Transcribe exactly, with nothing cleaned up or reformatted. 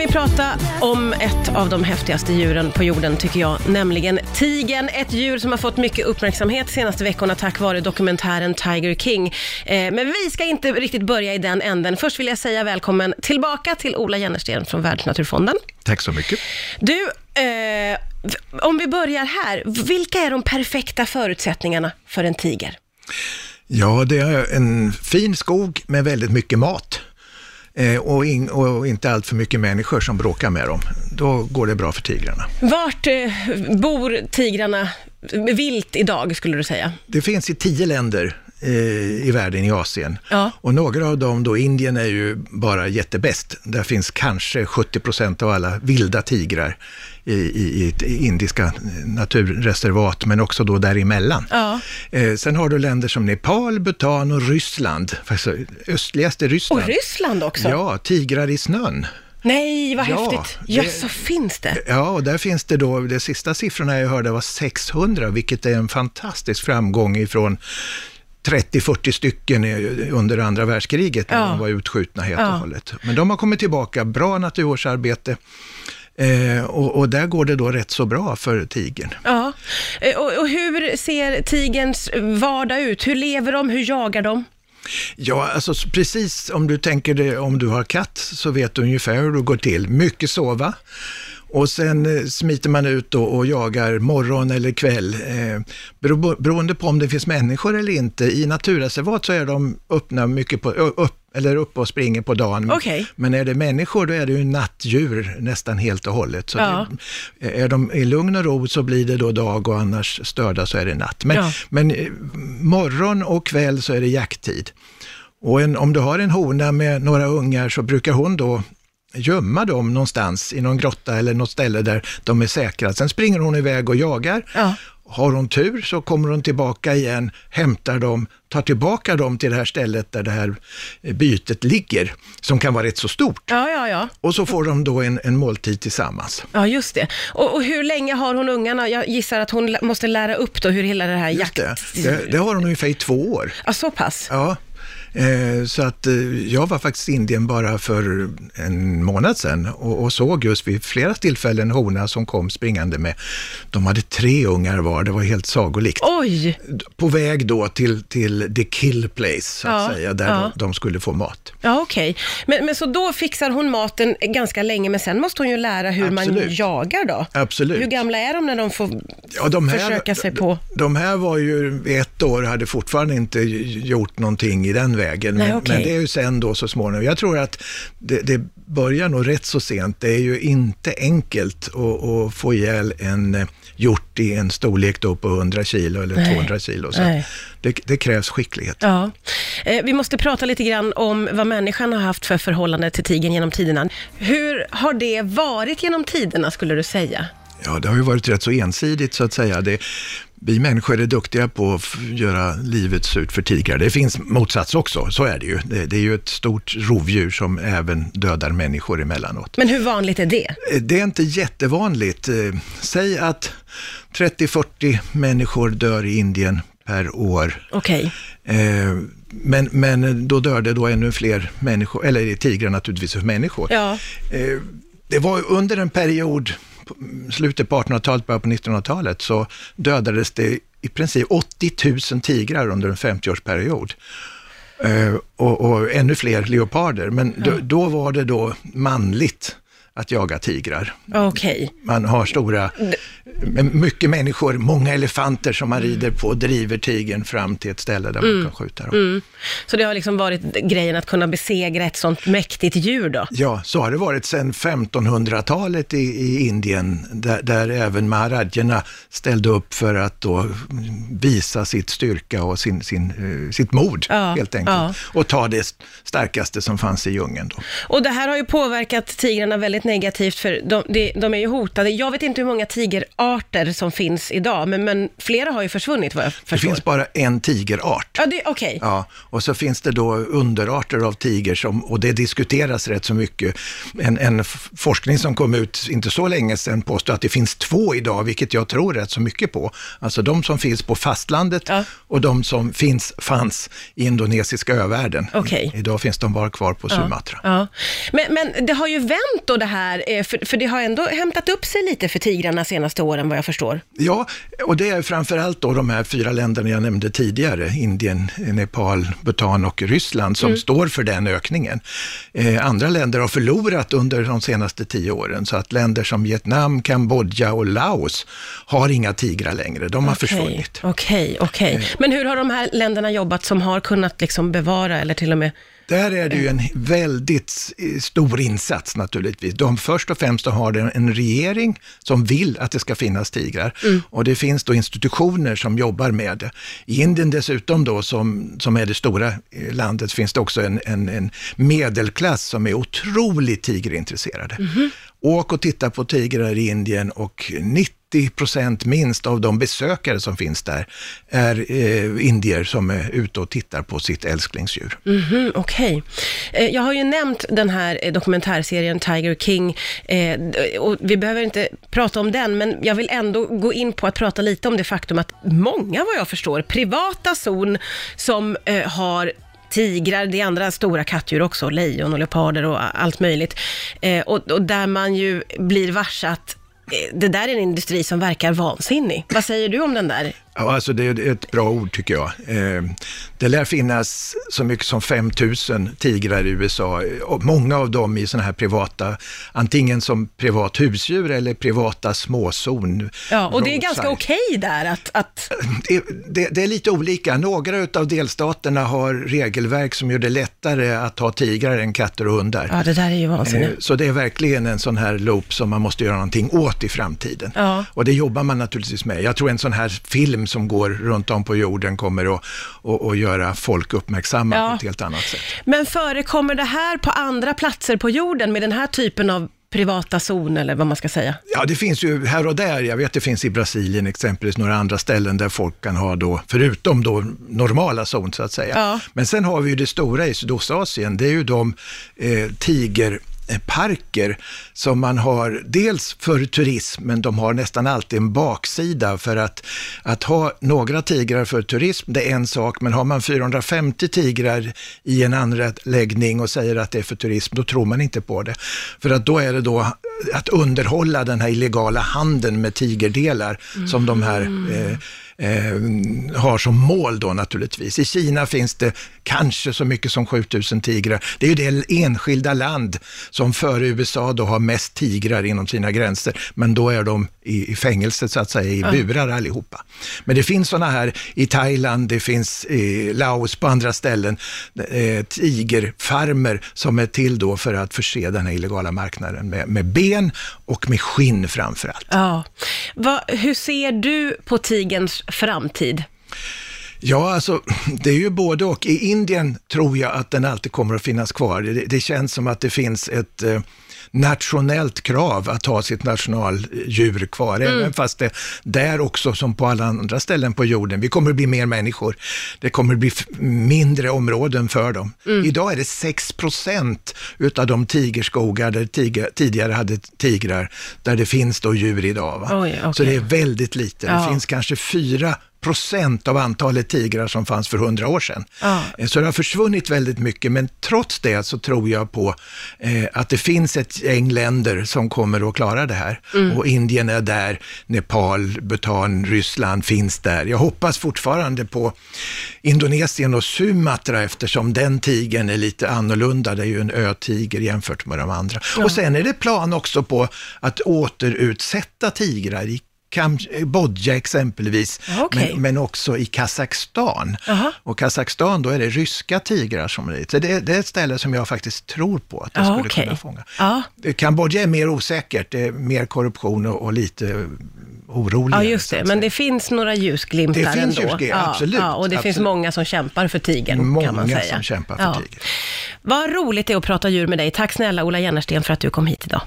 prata om ett av de häftigaste djuren på jorden tycker jag, nämligen tigern. Ett djur som har fått mycket uppmärksamhet de senaste veckorna tack vare dokumentären Tiger King. Eh, men vi ska inte riktigt börja i den änden. Först vill jag säga välkommen tillbaka till Ola Jennersten från Världsnaturfonden. Tack så mycket. Du, eh, om vi börjar här, vilka är de perfekta förutsättningarna för en tiger? Ja, det är en fin skog med väldigt mycket mat. Eh, och, in, och inte allt för mycket människor som bråkar med dem. Då går det bra för tigrarna. Vart eh, bor tigrarna vilt idag skulle du säga? Det finns i tio länder eh, i världen i Asien. Ja. Och några av dem, då Indien är ju bara jättebäst. Där finns kanske sjuttio procent av alla vilda tigrar i, i, i indiska naturreservat, men också då däremellan. Ja. Eh, sen har du länder som Nepal, Bhutan och Ryssland. Alltså, östligaste Ryssland. Och Ryssland också? Ja, tigrar i snön. Nej, vad ja, häftigt. Ja, så finns det. Ja, och där finns det då, de sista siffrorna jag hörde var sexhundra, vilket är en fantastisk framgång ifrån trettio till fyrtio stycken under andra världskriget när ja. de var utskjutna helt ja. och hållet. Men de har kommit tillbaka, bra naturvårdsarbete. Eh, och, och där går det då rätt så bra för tigern. Ja, och, och hur ser tigerns vardag ut? Hur lever de? Hur jagar de? Ja, alltså precis om du tänker det, om du har katt så vet du ungefär hur det går till. Mycket sova. Och sen smiter man ut och, och jagar morgon eller kväll. Eh, bero, beroende på om det finns människor eller inte. I naturreservat så är de öppna mycket på, upp, eller uppe och springer på dagen. Okay. Men är det människor då är det ju nattdjur nästan helt och hållet. Så ja. det, är de i lugn och ro så blir det då dag och annars störda så är det natt. Men, ja. men morgon och kväll så är det jakttid. Och en, om du har en hona med några ungar så brukar hon då gömma dem någonstans i någon grotta eller något ställe där de är säkra. Sen springer hon iväg och jagar. Ja. Har hon tur så kommer hon tillbaka igen, hämtar dem, tar tillbaka dem till det här stället där det här bytet ligger, som kan vara rätt så stort. Ja, ja, ja. Och så får de då en, en måltid tillsammans. Ja, just det. Och, och hur länge har hon ungarna? Jag gissar att hon måste lära upp då hur hela det här jakt... Det. Det, det har hon ungefär i två år. Ja, så pass. Ja. Eh, så att eh, jag var faktiskt i Indien bara för en månad sedan och, och såg just vid flera tillfällen hona som kom springande med, de hade tre ungar var, det var helt sagolikt. Oj! På väg då till, till the kill place så att ja, säga, där ja. de, de skulle få mat. Ja, okej. Okay. Men, men så då fixar hon maten ganska länge, men sen måste hon ju lära hur Absolut. man jagar då. Absolut. Hur gamla är de när de får ja, de här, försöka sig på? De, de här var ju ett år, hade fortfarande inte gjort någonting i den vägen. Nej, men, okay. men det är ju sen då så småningom. Jag tror att det, det börjar nog rätt så sent. Det är ju inte enkelt att, att få ihjäl en hjort i en storlek då på hundra kilo eller Nej. tvåhundra kilo. Så det, det krävs skicklighet. Ja. Eh, vi måste prata lite grann om vad människan har haft för förhållande till tigern genom tiderna. Hur har det varit genom tiderna skulle du säga? Ja, det har ju varit rätt så ensidigt så att säga. Det, vi människor är duktiga på att göra livet surt för tigrar. Det finns motsats också, så är det ju. Det, det är ju ett stort rovdjur som även dödar människor emellanåt. Men hur vanligt är det? Det är inte jättevanligt. Säg att trettio till fyrtio människor dör i Indien per år. Okej. Okay. Men, men då dör det då ännu fler människor, eller tigrar naturligtvis för människor. Ja. Det var under en period, slutet på artonhundratalet, början på nittonhundratalet, så dödades det i princip åttio tusen tigrar under en femtioårsperiod. Uh, och, och ännu fler leoparder. Men ja. då, då var det då manligt att jaga tigrar. Okej. Okay. Man har stora, mycket människor, många elefanter som man rider på, driver tigern fram till ett ställe där mm. man kan skjuta dem. Mm. Så det har liksom varit grejen att kunna besegra ett sånt mäktigt djur då? Ja, så har det varit sedan femtonhundratalet i, i Indien, där, där även maharajerna ställde upp för att då visa sitt styrka och sin, sin, uh, sitt mod ja. helt enkelt. Ja. Och ta det starkaste som fanns i djungeln då. Och det här har ju påverkat tigrarna väldigt negativt, för de, de, de är ju hotade. Jag vet inte hur många tigerarter som finns idag, men, men flera har ju försvunnit vad jag förstår. Det finns bara en tigerart. Ja, det, okej. Okay. Ja, och så finns det då underarter av tiger som, och det diskuteras rätt så mycket. En, en forskning som kom ut inte så länge sedan påstår att det finns två idag, vilket jag tror rätt så mycket på. Alltså de som finns på fastlandet ja. och de som finns, fanns i indonesiska övärlden. Okay. Idag finns de bara kvar på Sumatra. Ja. Ja. Men, men det har ju vänt då det här, för, för det har ändå hämtat upp sig lite för tigrarna senaste åren vad jag förstår. Ja, och det är framförallt då de här fyra länderna jag nämnde tidigare, Indien, Nepal, Bhutan och Ryssland som mm. står för den ökningen. Eh, andra länder har förlorat under de senaste tio åren, så att länder som Vietnam, Kambodja och Laos har inga tigrar längre, de har okay. försvunnit. Okej, okay, okej. Okay. Men hur har de här länderna jobbat som har kunnat liksom bevara eller till och med... Där är det ju en väldigt stor insats naturligtvis. De först och främst har det en regering som vill att det ska finnas tigrar. Mm. Och det finns då institutioner som jobbar med det. I Indien dessutom då, som, som är det stora landet, finns det också en, en, en medelklass som är otroligt tigerintresserade. Mm. Åk och titta på tigrar i Indien och nittio procent minst av de besökare som finns där är eh, indier som är ute och tittar på sitt älsklingsdjur. Mm-hmm, okej. Okay. Eh, jag har ju nämnt den här dokumentärserien Tiger King eh, och vi behöver inte prata om den, men jag vill ändå gå in på att prata lite om det faktum att många, vad jag förstår, privata zon som eh, har tigrar, det är andra stora kattdjur också, lejon och leoparder och allt möjligt. Eh, och, och där man ju blir varsat. Det där är en industri som verkar vansinnig. Vad säger du om den där? Ja, alltså det är ett bra ord tycker jag. Eh, det lär finnas så mycket som fem tusen tigrar i U S A. Och många av dem i såna här privata, antingen som privat husdjur eller privata småzon. Ja, och det är ganska okej okay där att... att... Det, det, det är lite olika. Några av delstaterna har regelverk som gör det lättare att ha tigrar än katter och hundar. Ja, det där är ju vansinnigt. Eh, så det är verkligen en sån här loop som man måste göra någonting åt i framtiden. Ja. Och det jobbar man naturligtvis med. Jag tror en sån här film som går runt om på jorden kommer att och, och göra folk uppmärksamma ja. på ett helt annat sätt. Men förekommer det här på andra platser på jorden med den här typen av privata zon eller vad man ska säga? Ja, det finns ju här och där. Jag vet det finns i Brasilien exempelvis några andra ställen där folk kan ha då, förutom då normala zon så att säga. Ja. Men sen har vi ju det stora i Sydostasien. Det är ju de eh, tiger parker som man har dels för turism, men de har nästan alltid en baksida för att, att ha några tigrar för turism, det är en sak, men har man fyrahundrafemtio tigrar i en anläggning och säger att det är för turism, då tror man inte på det. För att då är det då att underhålla den här illegala handeln med tigerdelar mm. som de här eh, Eh, har som mål då naturligtvis. I Kina finns det kanske så mycket som sjutusen tigrar. Det är ju det enskilda land som före U S A då har mest tigrar inom sina gränser, men då är de i, i fängelset så att säga, i burar mm. allihopa. Men det finns såna här i Thailand, det finns i Laos på andra ställen eh, tigerfarmer som är till då för att förse den här illegala marknaden med, med ben och med skinn framförallt. Ja. Va, hur ser du på tigerns framtid? Ja, alltså det är ju både och. I Indien tror jag att den alltid kommer att finnas kvar. Det, det känns som att det finns ett eh, nationellt krav att ha sitt nationaldjur kvar, mm. även fast det där också som på alla andra ställen på jorden. Vi kommer att bli mer människor. Det kommer att bli f- mindre områden för dem. Mm. Idag är det sex procent utav de tigerskogar där tiger, tidigare hade tigrar, där det finns då djur idag. Va? Oj, okay. Så det är väldigt lite. Ja. Det finns kanske fyra procent av antalet tigrar som fanns för hundra år sedan. Ah. Så det har försvunnit väldigt mycket, men trots det så tror jag på eh, att det finns ett gäng länder som kommer att klara det här. Mm. Och Indien är där, Nepal, Bhutan, Ryssland finns där. Jag hoppas fortfarande på Indonesien och Sumatra eftersom den tigern är lite annorlunda. Det är ju en ötiger jämfört med de andra. Ja. Och sen är det plan också på att återutsätta tigrar i Kambodja exempelvis, okay. men, men också i Kazakstan. Uh-huh. Och Kazakstan, då är det ryska tigrar som är. Så det, det är ett ställe som jag faktiskt tror på att det uh, skulle okay. kunna fånga. Uh. Kambodja är mer osäkert, det är mer korruption och, och lite orolig. Ja, just det. Men det finns några ljusglimtar ändå. Det finns ändå. ljusglimtar, ja, absolut. Ja, och det absolut. finns många som kämpar för tigern, många kan man säga. Många som kämpar för ja. tigern. Vad roligt det är att prata djur med dig. Tack snälla Ola Jennersten för att du kom hit idag.